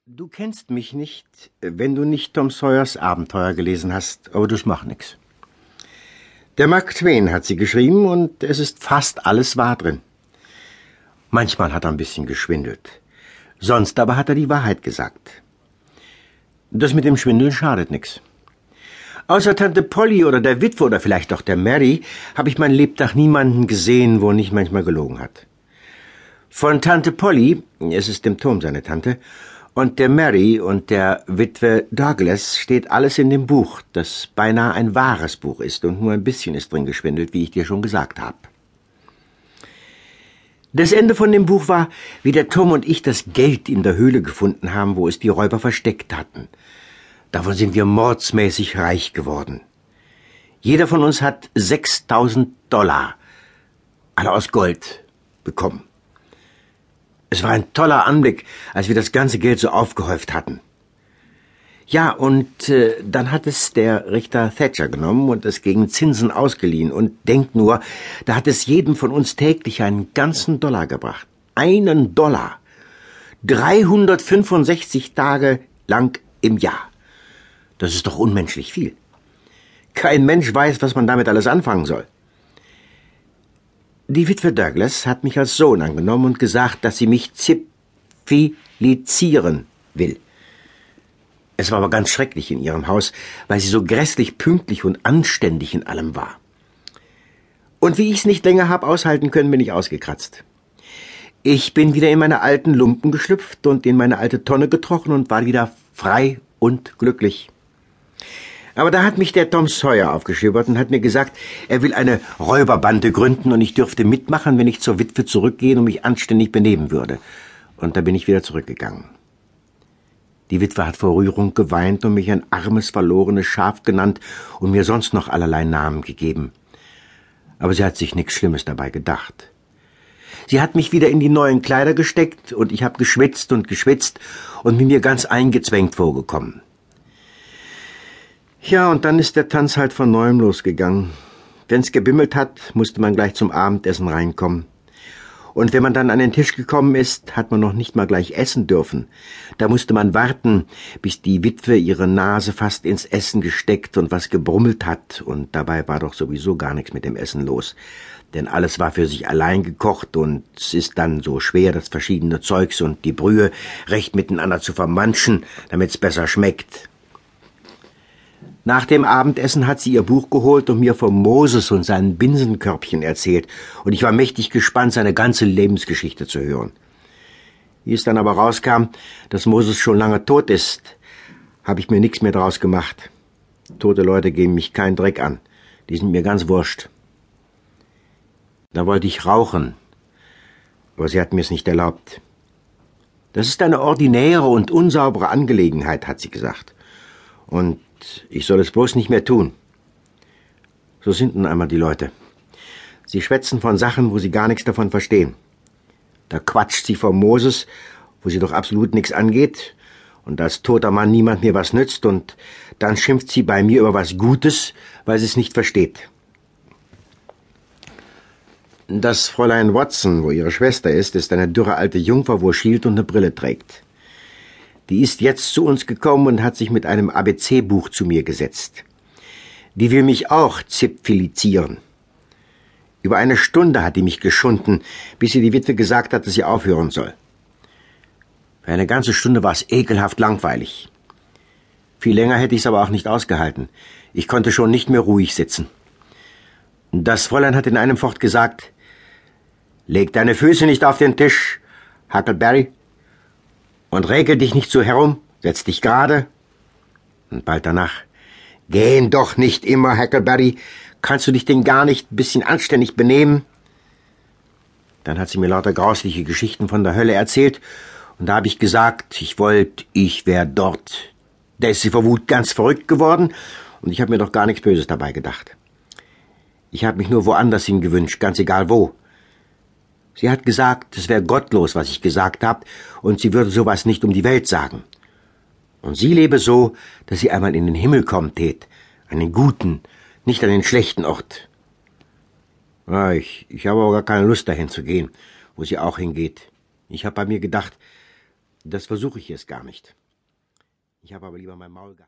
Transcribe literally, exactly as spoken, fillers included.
Du kennst mich nicht, wenn du nicht Tom Sawyers Abenteuer gelesen hast, aber das macht nix. Der Mark Twain hat sie geschrieben und es ist fast alles wahr drin. Manchmal hat er ein bisschen geschwindelt. Sonst aber hat er die Wahrheit gesagt. Das mit dem Schwindeln schadet nix. Außer Tante Polly oder der Witwe oder vielleicht auch der Mary habe ich mein Lebtag niemanden gesehen, wo er nicht manchmal gelogen hat. Von Tante Polly, es ist dem Tom seine Tante, und der Mary und der Witwe Douglas steht alles in dem Buch, das beinahe ein wahres Buch ist und nur ein bisschen ist drin geschwindelt, wie ich dir schon gesagt habe. Das Ende von dem Buch war, wie der Tom und ich das Geld in der Höhle gefunden haben, wo es die Räuber versteckt hatten. Davon sind wir mordsmäßig reich geworden. Jeder von uns hat sechstausend Dollar, alle aus Gold, bekommen. Es war ein toller Anblick, als wir das ganze Geld so aufgehäuft hatten. Ja, und äh, dann hat es der Richter Thatcher genommen und es gegen Zinsen ausgeliehen. Und denkt nur, da hat es jedem von uns täglich einen ganzen Dollar gebracht. Einen Dollar. dreihundertfünfundsechzig Tage lang im Jahr. Das ist doch unmenschlich viel. Kein Mensch weiß, was man damit alles anfangen soll. Die Witwe Douglas hat mich als Sohn angenommen und gesagt, dass sie mich zipfilizieren will. Es war aber ganz schrecklich in ihrem Haus, weil sie so grässlich pünktlich und anständig in allem war. Und wie ich's nicht länger hab aushalten können, bin ich ausgekratzt. Ich bin wieder in meine alten Lumpen geschlüpft und in meine alte Tonne getrochen und war wieder frei und glücklich. Aber da hat mich der Tom Sawyer aufgeschibbert und hat mir gesagt, er will eine Räuberbande gründen und ich dürfte mitmachen, wenn ich zur Witwe zurückgehen und mich anständig benehmen würde. Und da bin ich wieder zurückgegangen. Die Witwe hat vor Rührung geweint und mich ein armes, verlorenes Schaf genannt und mir sonst noch allerlei Namen gegeben. Aber sie hat sich nichts Schlimmes dabei gedacht. Sie hat mich wieder in die neuen Kleider gesteckt und ich habe geschwitzt und geschwitzt und bin mir ganz eingezwängt vorgekommen. Ja, und dann ist der Tanz halt von neuem losgegangen. Wenn's gebimmelt hat, musste man gleich zum Abendessen reinkommen. Und wenn man dann an den Tisch gekommen ist, hat man noch nicht mal gleich essen dürfen. Da musste man warten, bis die Witwe ihre Nase fast ins Essen gesteckt und was gebrummelt hat. Und dabei war doch sowieso gar nichts mit dem Essen los. Denn alles war für sich allein gekocht und es ist dann so schwer, das verschiedene Zeugs und die Brühe recht miteinander zu vermanschen, damit's besser schmeckt. Nach dem Abendessen hat sie ihr Buch geholt und mir von Moses und seinen Binsenkörbchen erzählt, und ich war mächtig gespannt, seine ganze Lebensgeschichte zu hören. Wie es dann aber rauskam, dass Moses schon lange tot ist, habe ich mir nichts mehr draus gemacht. Tote Leute gehen mich keinen Dreck an, die sind mir ganz wurscht. Da wollte ich rauchen, aber sie hat mir es nicht erlaubt. Das ist eine ordinäre und unsaubere Angelegenheit, hat sie gesagt. Und ich soll es bloß nicht mehr tun. So sind nun einmal die Leute. Sie schwätzen von Sachen, wo sie gar nichts davon verstehen. Da quatscht sie von Moses, wo sie doch absolut nichts angeht, und als toter Mann niemand mir was nützt, und dann schimpft sie bei mir über was Gutes, weil sie es nicht versteht. Das Fräulein Watson, wo ihre Schwester ist, ist eine dürre alte Jungfer, wo schielt und eine Brille trägt. Die ist jetzt zu uns gekommen und hat sich mit einem A B C-Buch zu mir gesetzt. Die will mich auch zipfilizieren. Über eine Stunde hat die mich geschunden, bis sie die Witwe gesagt hat, dass sie aufhören soll. Für eine ganze Stunde war es ekelhaft langweilig. Viel länger hätte ich es aber auch nicht ausgehalten. Ich konnte schon nicht mehr ruhig sitzen. Das Fräulein hat in einem Fort gesagt, leg deine Füße nicht auf den Tisch, Huckleberry, und regel dich nicht so herum, setz dich gerade. Und bald danach, gehen doch nicht immer, Huckleberry, kannst du dich denn gar nicht ein bisschen anständig benehmen? Dann hat sie mir lauter grausliche Geschichten von der Hölle erzählt, und da habe ich gesagt, ich wollte, ich wär dort. Da ist sie vor Wut ganz verrückt geworden, und ich habe mir doch gar nichts Böses dabei gedacht. Ich habe mich nur woanders hin gewünscht, ganz egal wo. Sie hat gesagt, es wäre gottlos, was ich gesagt habe, und sie würde sowas nicht um die Welt sagen. Und sie lebe so, dass sie einmal in den Himmel kommen tät, an den guten, nicht an den schlechten Ort. Ja, ich, ich habe aber gar keine Lust, dahin zu gehen, wo sie auch hingeht. Ich habe bei mir gedacht, Das versuche ich jetzt gar nicht. Ich habe aber lieber mein Maul gehalten.